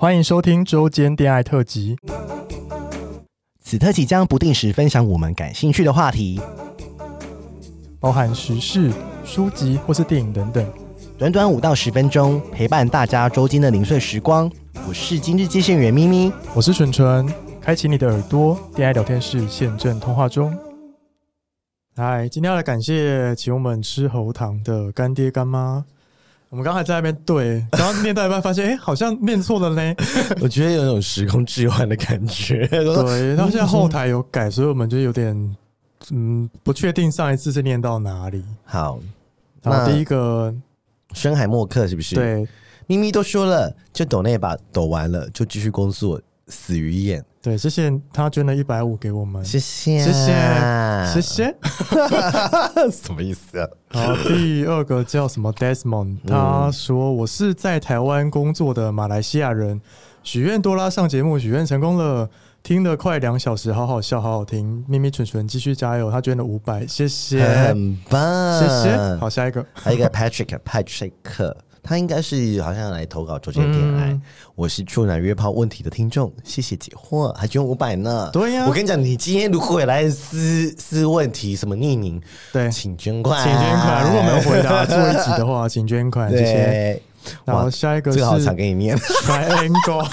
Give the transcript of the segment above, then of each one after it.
欢迎收听周间恋爱特辑。 此特辑将不定时分享我们感兴趣的话题， 包含时事、书籍或是电影等等， 短短5到10分钟，陪伴大家周间的零碎时光。我是今日接线员咪咪， 我是纯纯，开启你的耳朵，恋爱聊天室现正通话中。嗨，今天要来感谢请我们吃喉糖的干爹干妈。我们刚才在那边对，刚刚念到一半发现，好像念错了呢。 我觉得有种时空置换的感觉。 对，他们现在后台有改，所以我们就有点不确定上一次是念到哪里。 好， 然后第一个深海默克是不是？ 对， 咪咪都说了，就抖那把抖完了，就继续工作，死鱼眼。 对，谢谢他捐了150给我们， 谢谢， 谢谢，谢谢。 什么意思啊？ 好，第二个叫什么 Desmond， 他说我是在台湾工作的马来西亚人，许愿多拉上节目，许愿成功了，听了快2小时，好好笑，好好听，咪咪蠢蠢继续加油，他捐了500，谢谢， 很棒， 谢谢。好，下一个， 还有一个 Patrick， 他应该是好像来投稿周间恋爱。我是处男约炮问题的听众，谢谢解惑，还捐500呢。 对呀， 我跟你讲，你今天如果来私问题，什么匿名，对，请捐款， 请捐款。如果没有回答做一集的话，请捐款，谢谢。然后下一个是这个好长给你念 Triangle，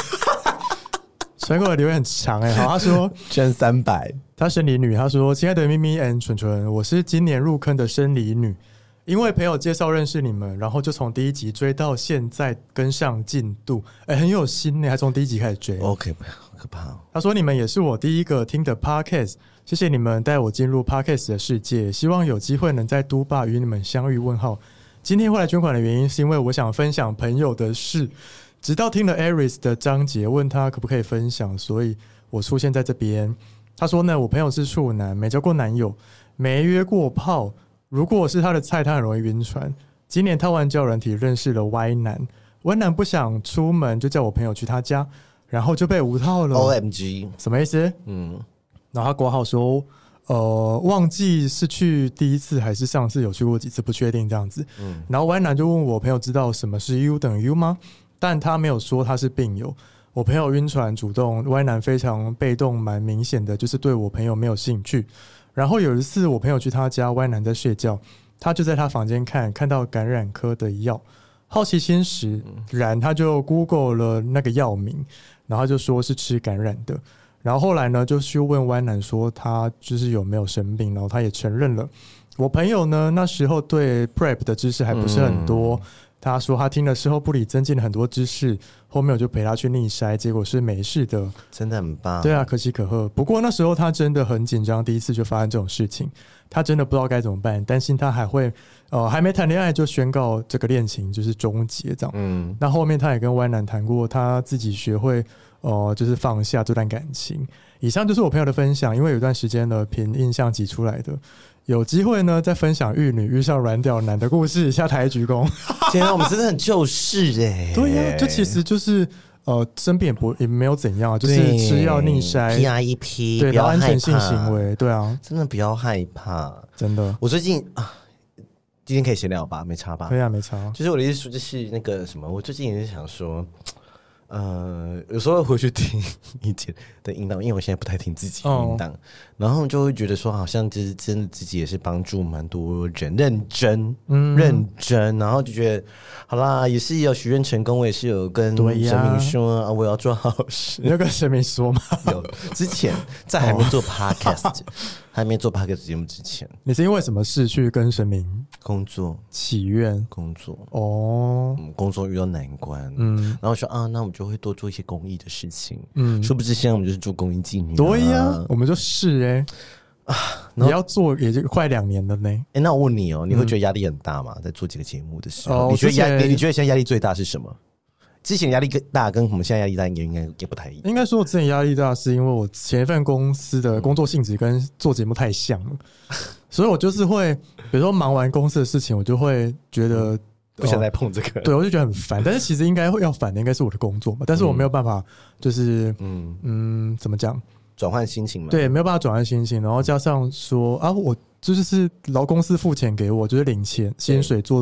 Triangle 的留言很长好，他说捐300， 他生理女，他说亲爱的咪咪 and 纯纯，我是今年入坑的生理女。因为朋友介绍认识你们，然后就从第1集追到现在跟上进度，很有心呢，还从第1集开始追。 OK， 好可怕。 他说你们也是我第一个听的 Podcast， 谢谢你们带我进入 Podcast 的世界，希望有机会能在都巴与你们相遇。问号。今天会来捐款的原因是因为我想分享朋友的事，直到听了 Aris 的章节，问他可不可以分享，所以我出现在这边。他说呢，我朋友是处男，没交过男友，没约过炮。如果是他的菜，他很容易晕船。今年他玩交友软体认识了 Y 男， Y 男不想出门，就叫我朋友去他家，然后就被无套了。 OMG， 什么意思？然后他括号说，忘记是去第一次还是上次有去过几次，不确定这样子。然后 Y 男就问我朋友知道什么是 U 等于 U 吗？但他没有说他是病友。我朋友晕船主动 ，Y 男非常被动，蛮明显的，就是对我朋友没有兴趣。然后有一次我朋友去他家，歪男在睡觉，他就在他房间看到感染科的药，好奇心使然，他就 Google 了那个药名，然后就说是吃感染的。然后后来呢，就去问歪男说他就是有没有生病，然后他也承认了。我朋友呢那时候对 PrEP 的知识还不是很多，他说他听了事后不理增进了很多知识，后面我就陪他去逆筛，结果是没事的， 真的很棒。 对啊，可喜可贺。不过那时候他真的很紧张，第一次就发生这种事情，他真的不知道该怎么办，担心他还没谈恋爱就宣告这个恋情就是终结这样。那后面他也跟歪男谈过，他自己学会就是放下这段感情。以上就是我朋友的分享，因为有段时间呢凭印象挤出来的。有机会呢，再分享玉女遇上软屌男的故事，下台鞠躬。 天啊，我们真的很旧式对呀，就其实就是生病也没有怎样，就是吃药逆筛 PREP， 对，然后安全性行为，对啊， 真的不要害怕， 真的。 我最近今天可以闲聊吧？没差吧？ 可以啊，没差。 就是我的意思说，就是那个什么，我最近也是想说。有时候回去听以前的音档，因为我现在不太听自己的音档，然后就会觉得说，好像就是真的自己也是帮助蛮多人认真，然后就觉得好啦，也是有许愿成功，我也是有跟神明说我要做好事。 你有跟神明说吗？ 有，之前在还没做 podcast，还没做 podcast 节目之前， 你是因为什么事去跟神明工作祈愿？ 工作工作遇到难关，然后说那我们就会多做一些公益的事情，殊不知现在我们就是做公益纪念。 对呀，我们就是你要做也就快2年了呢。 那我问你你会觉得压力很大吗？在做这个节目的时候，你觉得现在压力最大是什么？之前压力大跟我们现在压力大应该也不太一样。 应该说我之前压力大是因为我前一份公司的工作性质跟做节目太像了，所以我就是会比如说忙完公司的事情，我就会觉得不想再碰这个， 对，我就觉得很烦。但是其实应该要烦的应该是我的工作嘛，但是我没有办法就是怎么讲转换心情嘛？ 对，没有办法转换心情，然后加上说我就是劳公司付钱给我，就是领钱薪水做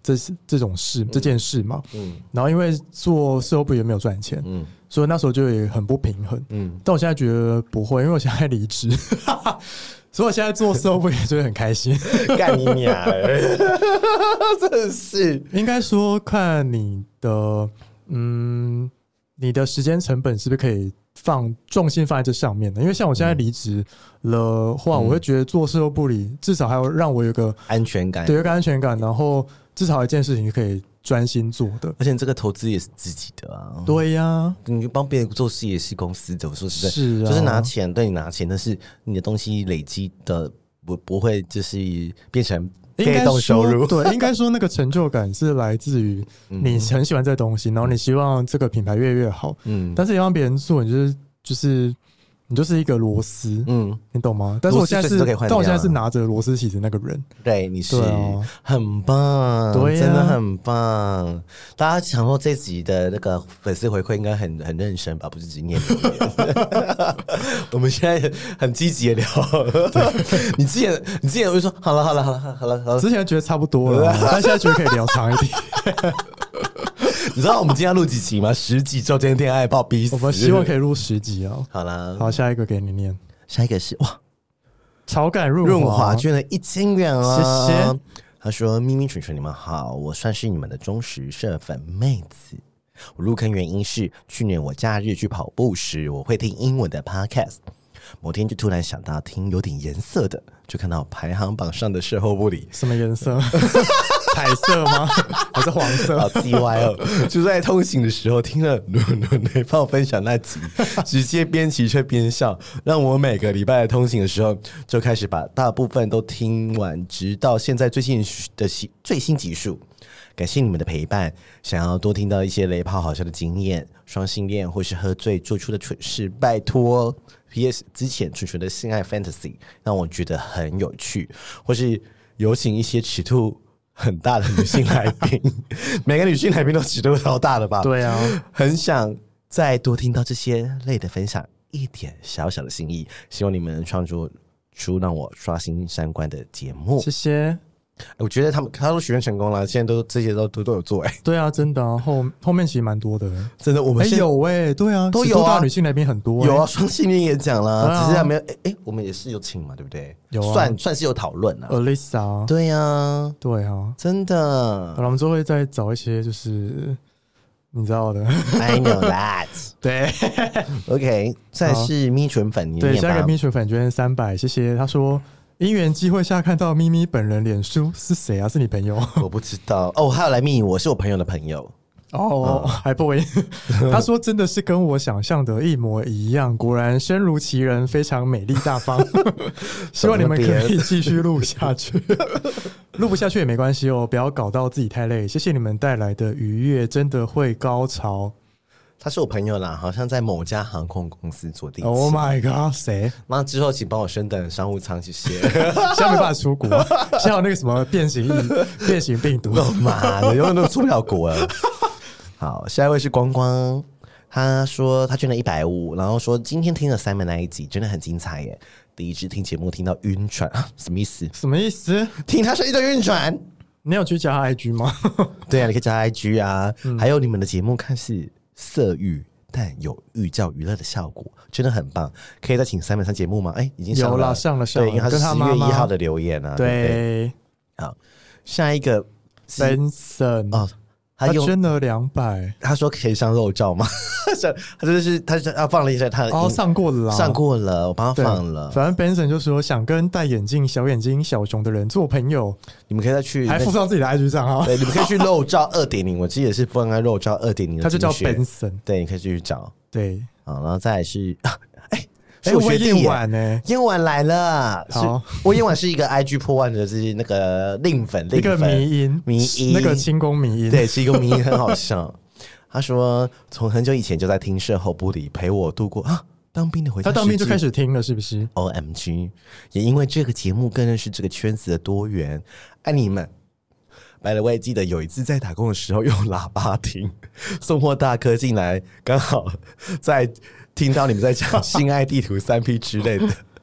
这种事、这件事嘛。然后因为做事后部也没有赚钱，所以那时候就也很不平衡。但我现在觉得不会，因为我现在离职，所以我现在做事后部也觉得很开心。 干你娘！真的是，应该说看你的你的时间成本是不是可以重心放在这上面的？因为像我现在离职的话，我会觉得做事后部里至少还要让我有个安全感， 对，有个安全感，然后至少有一件事情可以专心做的， 而且这个投资也是自己的啊。 对呀， 你帮别人做事也是公司的，我说实在， 是啊， 就是拿钱对你拿钱，但是你的东西累积的不会就是变成被动收入。 对，应该说那个成就感是来自于你很喜欢这个东西，然后你希望这个品牌越来越好。但是你帮别人做，你就是一个螺丝，你懂吗？但是我现在是拿着螺丝起子那个人， 对，你是很棒，对，真的很棒。大家想说这集的那个粉丝回馈应该很认真吧？不是只念留言，我们现在很积极的聊。你之前会说好了， 之前觉得差不多了，但现在觉得可以聊长一点。 你知道我们今天要录几集吗？10集周间恋爱报逼死！ 我们希望可以录10集哦。 好啦， 好，下一个给你念。 下一个是哇， 草感润滑捐了1000元啊！ 谢谢。 他说：“咪咪蠢蠢，你们好，我算是你们的忠实社粉妹子。我入坑原因是去年我假日去跑步时，我会听英文的 podcast。某天就突然想到听有点颜色的，就看到排行榜上的售后部里， 什么颜色？彩色吗？还是黄色？ 好 GY 哦！就在通行的时候听了伦雷炮分享那集，直接边骑车边笑，让我每个礼拜的通行的时候就开始把大部分都听完，直到现在最新集数。感谢你们的陪伴，想要多听到一些雷炮好笑的经验，双性恋或是喝醉做出的蠢事，拜托。PS 之前蠢蠢的性爱 fantasy 让我觉得很有趣，或是有请一些尺度很大的女性来宾，每个女性来宾都尺度超大的吧？ 对啊， 很想再多听到这些类的分享，一点小小的心意，希望你们创作出让我刷新三观的节目。 谢谢。 我觉得他都许愿成功了，现在都这些都有做对啊，真的啊，后面其实蛮多的， 真的。我们有对啊， 都有啊， 女性来宾很多有啊，双性恋也讲了，只是还没有我们也是有请嘛，对不对？ 有啊， 算是有讨论啊。 Alyssa， 对啊， 对啊， 真的。 我们之后会再找一些就是你知道的 ，I know that 对 ，OK， 再是咪蠢粉， 对，下一个咪蠢粉捐300，谢谢。他说。因缘机会下看到咪咪本人脸书是谁啊？是你朋友？ 我不知道哦，他有来密我，是我朋友的朋友哦，还不为他说真的是跟我想象的一模一样，果然身如其人，非常美丽大方。希望你们可以继续录下去，录不下去也没关系哦，不要搞到自己太累。谢谢你们带来的愉悦，真的会高潮。 他是我朋友啦，好像在某家航空公司做地勤。 Oh my god， 谁？ 那之后请帮我升等商务舱，谢谢。 现在没办法出国，现在有那个什么变形病毒， 妈的，永远都出不了国了。好，下一位是光光，他说他捐了150，然后说今天听了Simon那一集，真的很精彩耶。第一次听节目听到晕船，什么意思？ 什么意思？ 听他说一堆晕船。 你有去加他 IG 吗？ 对啊，你可以加他 IG 啊。还有你们的节目看似色欲，但有寓教于乐的效果，真的很棒。可以再请Simon上节目吗？已经上了， 上了。 对，因为他是10月1号的留言啊。 对， 好，下一个 Benson 哦，他捐了200。 他说可以上肉照吗？他放了一下他上过了啦， 上过了，我帮他放了。 反正 Benson 就说想跟戴眼镜、小眼睛、小熊的人做朋友， 你们可以再去， 还附上自己的 IG 账号。 对，你们可以去肉照2.0，我记得是放在肉照2.0的， 他就叫 Benson。 对，你可以去找。对，好，然后再来是我燕婉呢？ 燕婉来了。好，我燕婉是一个 IG 破万的，是那个令粉， 一个迷音，那个轻功迷音， 对，是一个迷音，很好笑。他说从很久以前就在听社后部里陪我度过当兵的回家， 他当兵就开始听了，是不是 ？OMG， 也因为这个节目更认识这个圈子的多元，爱你们。By the way， 记得有一次在打工的时候用喇叭听，送货大哥进来，刚好在听到你们在讲性爱地图3P 之类的，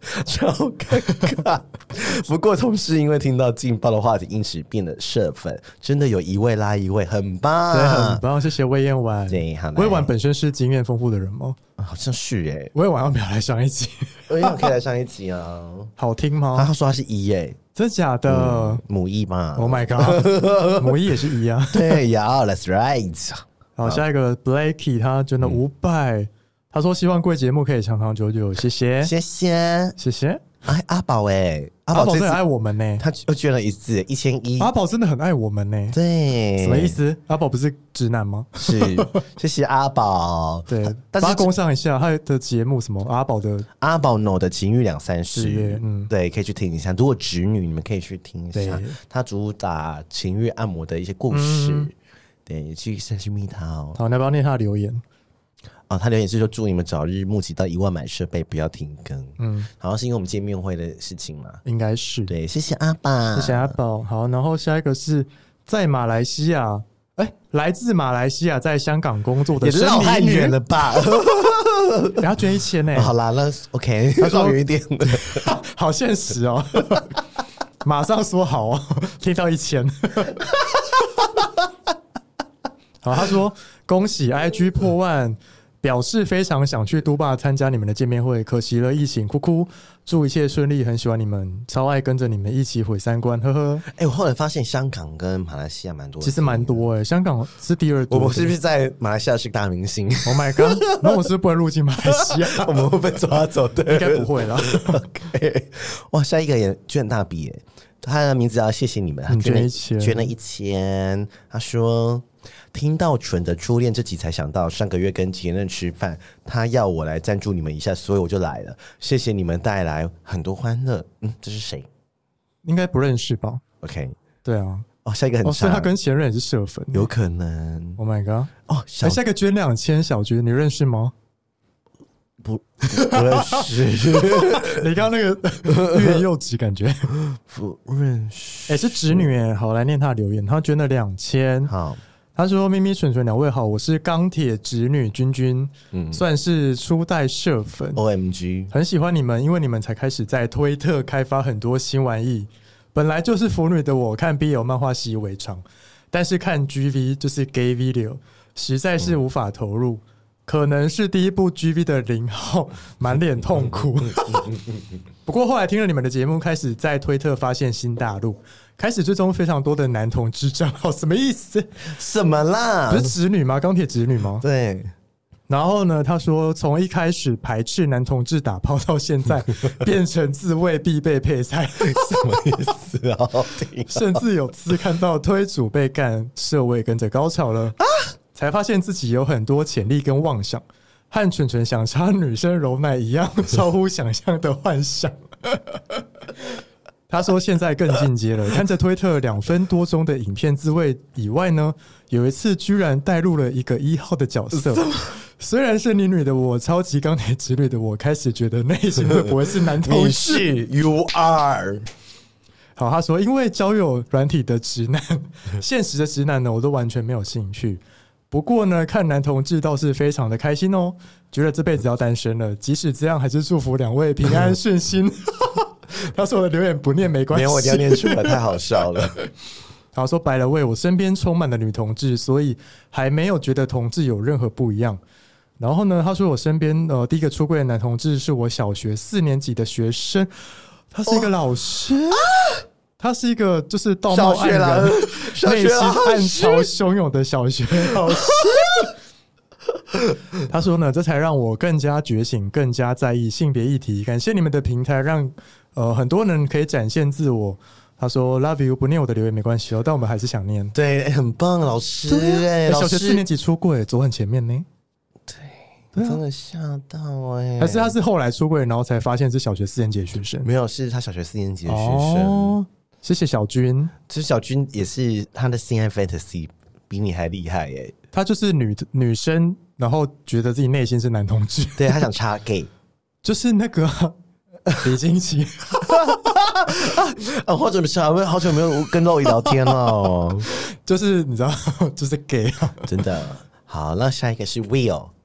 超尴尬。不过同事因为听到劲爆的话题，因此变得社粉，真的有一位拉一位，很棒， 对，很棒，谢谢魏燕婉。 对，好， 魏婉本身是经验丰富的人吗？ 好像是耶。 魏婉要不要来上一集？ 魏燕婉可以来上一集啊。 好听吗？ 他说他是一耶， 真假的？ 母一嘛。 Oh my god， 母一也是一啊。 对呀 ，That's right。 好，下一个 Blakey， 他捐了500。他说希望贵节目可以长长久久，谢谢， 谢谢， 谢谢。 哎，阿宝哎， 阿宝真的很爱我们呢， 他又捐了一次1100。 阿宝真的很爱我们呢， 对， 什么意思？阿宝不是直男吗？ 是，谢谢阿宝。 对，但是工商一下他的节目，什么阿宝 No 的情欲2-3事，对，可以去听一下。如果直女，你们可以去听一下，他主打情欲按摩的一些故事，对，去密他哦。好，你要不要念他的留言？ 哦，他留言是说祝你们早日募集到1万买设备，不要停更。好像是因为我们见面会的事情嘛， 应该是。 对，谢谢阿宝， 谢谢阿宝。好，然后下一个是在马来西亚，来自马来西亚在香港工作的生理女， 也老太远了吧？ 然后捐1000呢。 好啦，那 OK， 他说远一点， 好现实哦，马上说好哦，听到1000。好，他说恭喜 IG 破万。表示非常想去都霸参加你们的见面会，可惜了疫情，哭哭。祝一切顺利，很喜欢你们，超爱跟着你们一起毁三观，呵呵。 我后来发现香港跟马来西亚蛮多， 其实蛮多香港是第2多。 我们是不是在马来西亚是大明星 ？Oh my god！ 那我是不是不能入境马来西亚？ 我们会被抓走的， 应该不会啦。 OK， 哇，下一个也捐大笔耶，他的名字要谢谢你们，他捐了1000。他说。听到蠢的初恋这集才想到，上个月跟前任吃饭，他要我来赞助你们一下，所以我就来了。谢谢你们带来很多欢乐。这是谁？ 应该不认识吧 ？OK， 对啊。 哦，下一个很长， 所以他跟前任也是社粉， 有可能。 Oh my god！ 哦， 下一个捐2000，小菊，你认识吗？ 不认识。 你刚刚那个欲言又止，感觉不认识。 是直女耶。好，来念他的留言，他捐了2000。 好。 他说：“咪咪、蠢蠢两位好，我是钢铁直女君君，算是初代社粉 ，OMG， 很喜欢你们，因为你们才开始在推特开发很多新玩意。本来就是腐女的我，看 BL 漫画习以为常，但是看 GV 就是 gay video， 实在是无法投入。可能是第一部 GV 的0号，满脸痛苦。不过后来听了你们的节目，开始在推特发现新大陆，开始追踪非常多的男同志账号。什么意思？ 什么啦？ 不是直女吗？钢铁直女吗？ 对。 然后呢，他说从一开始排斥男同志打炮，到现在变成自慰必备配菜。 什么意思啊？ 甚至有次看到推主被干，社会跟着高潮了啊！才发现自己有很多潜力跟妄想，和蠢蠢想插女生揉奶一样，超乎想象的幻想。他说现在更进阶了，看着推特2分多钟的影片自慰以外呢，有一次居然带入了一个1号的角色。虽然是女的我，超级钢铁直女的我，开始觉得内心会不会是男同志？ 你是 You are。 好，他说因为交友软体的直男，现实的直男呢，我都完全没有兴趣。不过呢，看男同志倒是非常的开心哦，觉得这辈子要单身了。即使这样，还是祝福2位平安顺心。他说我的留言不念没关系， 连我一定要念出来，太好笑了。 他说白了喂，我身边充满了女同志，所以还没有觉得同志有任何不一样。然后呢，他说我身边第一个出柜的男同志是我小学4年级的学生，他是一个老师。他是一个就是道貌岸然、内心暗潮汹涌的小学老师。他说呢，这才让我更加觉醒，更加在意性别议题。感谢你们的平台，让很多人可以展现自我。他说 Love you， 不念我的留言没关系哦，但我们还是想念。 对，很棒，老师。 小学4年级出柜，走很前面呢。 对，真的吓到还是他是后来出柜，然后才发现是小学4年级的学生？ 没有，是他小学4年级的学生。 哦，谢谢小军。 其实小军也是他的性爱 fantasy 比你还厉害耶。 他就是女生，然后觉得自己内心是男同志。 对，他想插 gay， 就是那个李金奇。 好久没有跟肉姨聊天了。 就是你知道，就是 gay 真的。好，那下一个是 Will。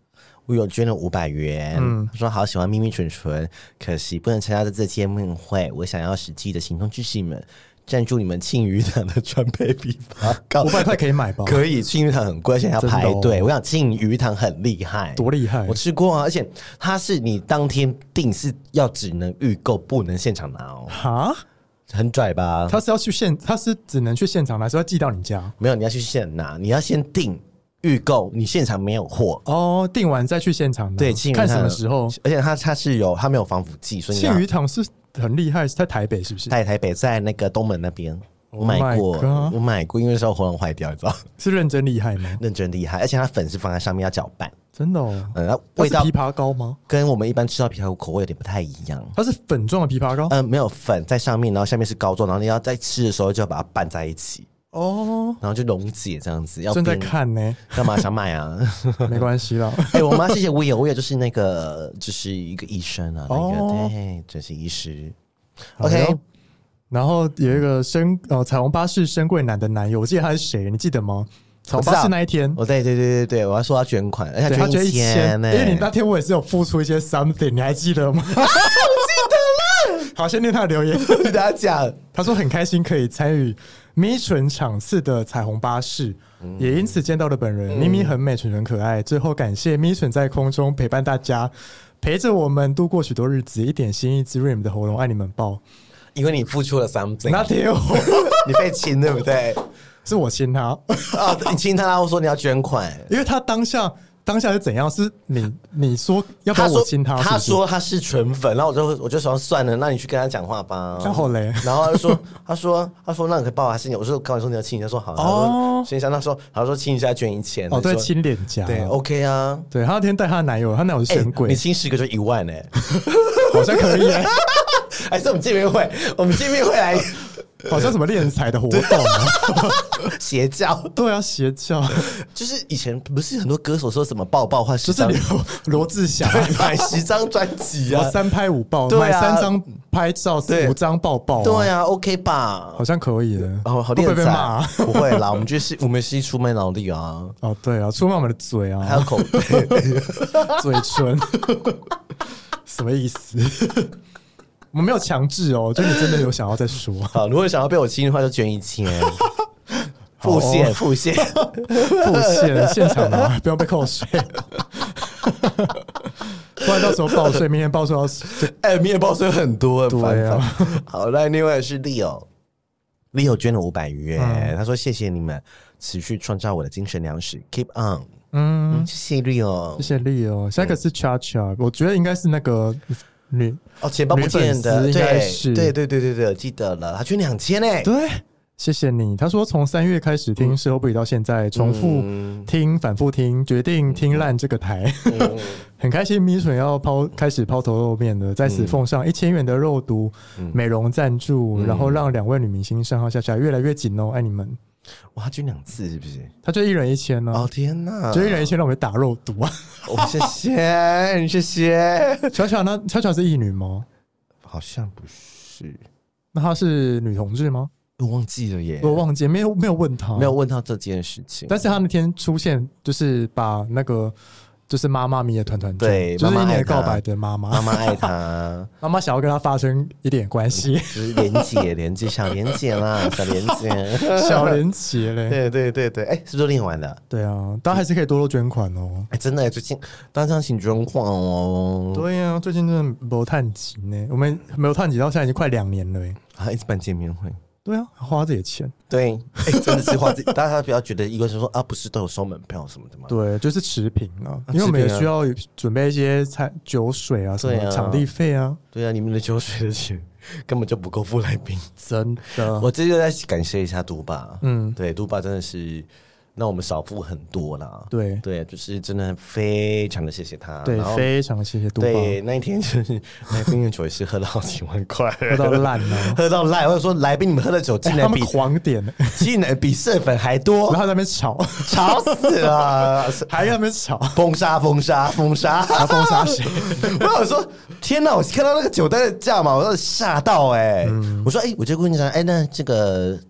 我有捐了500元，他说好喜欢咪咪蠢蠢，可惜不能参加这次见面会，我想要实际的行动支持你们，赞助你们庆余堂的川贝枇杷膏 ，500块可以买吧？ 可以，庆余堂很贵，而且要排队。我想庆余堂很厉害， 多厉害！ 我吃过啊，而且它是你当天订是要只能预购，不能现场拿哦。 哈？ 很拽吧？ 他是只能去现场拿，还是要寄到你家？ 没有，你要去现拿，你要先订。预购，你现场没有货哦，订完再去现场拿。 对， 看什么时候？ 而且它没有防腐剂，所以庆余堂是很厉害，是在台北是不是？ 在台北，在那个东门那边，我买过，因为那时候喉咙坏掉，你知道？ 是认真厉害吗？ 认真厉害，而且它粉是放在上面要搅拌， 真的哦。 味道枇杷膏吗？ 跟我们一般吃到枇杷膏口味有点不太一样。 它是粉状的枇杷膏？ 没有粉在上面，然后下面是膏状，然后你要在吃的时候就要把它拌在一起。哦，然后就溶解这样子， 正在看呢， 干嘛想买啊？ 没关系啦。 我们要谢谢Will就是那个就是一个医生啊，那个对，这是医师。OK， 然后有一个彩虹巴士深柜男的男友，我记得他是谁？你记得吗？彩虹巴士那一天， 对，我要说他捐款，而且他捐 1000， 因为你那天我也是有付出一些 something， 你还记得吗？ 我记得了。 好，先念他的留言， 给大家讲， 他说很开心可以参与咪蠢场次的彩虹巴士，也因此见到了本人。咪咪很美，蠢蠢可爱。最后感谢咪蠢在空中陪伴大家，陪着我们度过许多日子，一点心意滋润你们的喉咙，爱你们爆。因为你付出了 something， 那天你被亲对不对？ 是我亲他你亲他，我说你要捐款， 因为他当下是怎样？是你说要不要我亲他？ 他说他是纯粉，然后我就说算了，那你去跟他讲话吧。 然后嘞， 然后他说那你可以抱还是你？我说刚才说你要亲，他说好。哦，亲一下，他说亲一下捐1000。 哦，对，亲脸颊。 对 ，OK 啊。 对，他那天带他男友，他男友是神鬼， 你亲10个就1万哎， 好像可以哎。 还是我们见面会来。 好像什么敛财的活动啊， 邪教。 对啊，邪教就是以前不是很多歌手说什么抱换10张， 就是罗志祥买10张专辑啊 ，3拍5抱，买3张拍照，5张抱抱。 对啊 ，OK 吧？ 好像可以的。 哦，好敛财，不会啦，我们是出卖脑力啊。 哦，对啊，出卖我们的嘴啊， 还有口嘴唇，什么意思？我们没有强制哦，就你真的有想要再说。 好，如果想要被我亲的话，就捐1000。付现， 现场的，不要被扣税。不然到时候报税，明天报税要明天报税很多， 对啊。 好，那另外是 Leo 捐了500元，他说谢谢你们持续创造我的精神粮食 ，Keep on。谢谢 Leo， 谢谢 Leo。下一个是 Cha， 我觉得应该是那个钱包不见的， 应该是对，记得了，他捐2000哎， 对，谢谢你。他说从3月开始听事后不理到现在，重复听，反复听，决定听烂这个台，很开心。咪蠢要开始抛头露面了，在此奉上1000元的肉毒美容赞助，然后让2位女明星上号下下越来越紧哦，爱你们。 哇，他捐2次是不是？ 他就1人1000呢。 哦天哪， 就1人1000让我们打肉毒啊！ 谢谢。 巧巧是异女吗？ 好像不是。 那她是女同志吗？ 我忘记了耶， 我忘记没有问他， 没有问他这件事情。 但是他那天出现，就是把那个。就是妈妈咪的团团转， 对， 就是一年告白的妈妈， 妈妈爱他， 妈妈想要跟他发生一点关系， 就是连接小连接啦，小连接， 小连接嘞， 对，是不是练完的？ 对啊，大家还是可以多多捐款哦。 真的，最近大家请捐款哦。 对啊，最近真的没有探集呢，我们没有探集到现在已经快2年了一直办见面会。 对啊，花自己的钱。 对，真的是花自己。大家不要觉得一个是说不是都有收门票什么的吗？ 对，就是持平啊，因为我们也需要准备一些酒水啊，什么场地费啊。 对啊，你们的酒水的钱根本就不够付来宾， 真的。 我这就在感谢一下都爸，对，都爸真的是。那我们少付很多啦， 对， 就是真的非常的谢谢他， 对，非常谢谢杜爸。 对，那一天就是来宾的酒也是喝了好几万块， 喝到烂了， 喝到烂。或者说来宾你们喝的酒竟然比狂点， 竟然比社粉还多， 然后在那边吵死了， 还在那边吵， 封杀谁？我想说，天哪！我看到那个酒单的价码，我都吓到我就问你讲，那这个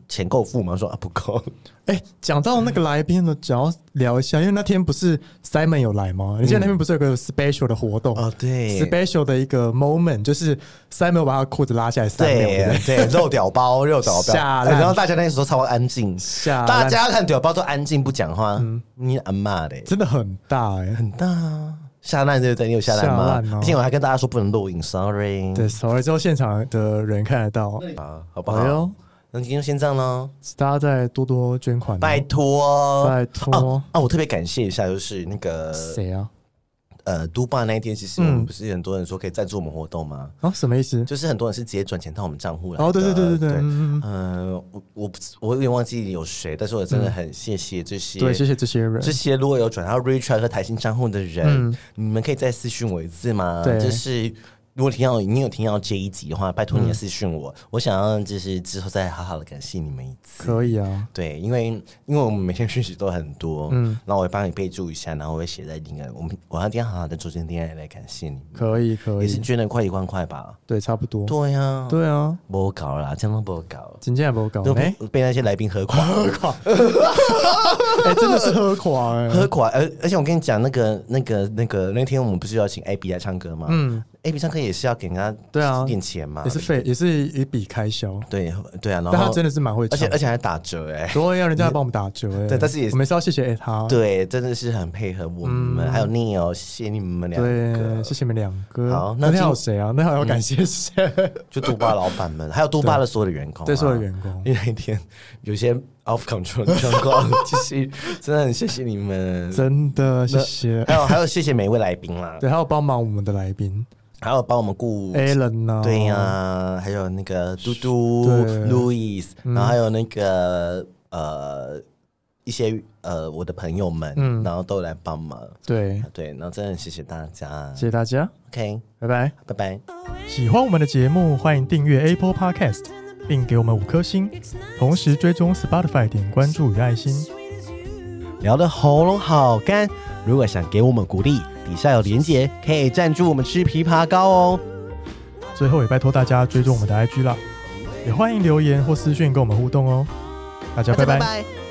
钱够付吗？我说不够。 讲到那个来宾呢，只要聊一下，因为那天不是 Simon 有来吗？你记得那边不是有个 special 的活动？ 对 ，special 的一个 moment， 就是 Simon 把他裤子拉下来3秒， 对，肉屌包，然后大家那时候超安静，大家看屌包都安静不讲话，你阿妈的， 真的很大很大啊。下烂对不对？你有下烂吗？而且我还跟大家说不能录影 ，sorry。 对 ，sorry， 之后现场的人看得到， 好不好？那今天就先这样咯， 大家再多多捐款， 拜托。 我特别感谢一下，就是那个谁啊？ 都爸那一天，其实我们不是很多人说可以赞助我们活动吗？ 什么意思？ 就是很多人是直接转钱到我们账户来的。 对。 我有点忘记有谁，但是我真的很谢谢这些， 对，谢谢这些人。 这些如果有转到 Richard 和台新账户的人，你们可以再私讯我一次吗？ 对， 就是。如果你有听到这一集的话，拜托你的私讯我，我想要就是之后再好好的感谢你们一次。 可以啊， 对，因为我们每天讯息都很多，然后我会帮你备注一下，然后我会写在那个我要今天好好的做今天来感谢你们。 可以， 也是捐了快1万块吧？ 对，差不多。 对啊，不搞啦，这样都不搞， 今天也不搞， 被那些来宾喝垮， 真的是喝垮， 喝垮。而且我跟你讲，那天我们不是要请 AB 来唱歌吗？AB 唱歌也是要给人家点钱嘛， 也是一笔开销。 对啊，然后但他真的是蛮会唱， 而且还打折对，要人家帮我们打折对，但是我们是要谢谢他， 对，真的是很配合我们，还有 Neil， 谢谢你们两个， 对，谢谢你们两个。 好， 那天有谁啊？那还要感谢谁？ 就都巴老板们，还有都巴的所有的员工， 对，所有的员工。 因为那一天有些 off control 的状况，其实真的很谢谢你们， 真的谢谢。 还有谢谢每一位来宾啦， 对，还有帮忙我们的来宾。 还有帮我们顾 Alan 啊， 对呀，还有那个嘟嘟 Louis， 然后还有那个一些我的朋友们，然后都来帮忙，对，然后真的谢谢大家， 谢谢大家 ，OK， 拜拜， 拜拜。 喜欢我们的节目，欢迎订阅 Apple Podcast， 并给我们5颗星，同时追踪 Spotify 点关注与爱心。 聊得喉咙好干，如果想给我们鼓励，底下有连结，可以赞助我们吃枇杷膏哦。 最后也拜托大家追踪我们的 IG 啦，也欢迎留言或私讯跟我们互动哦。大家拜拜。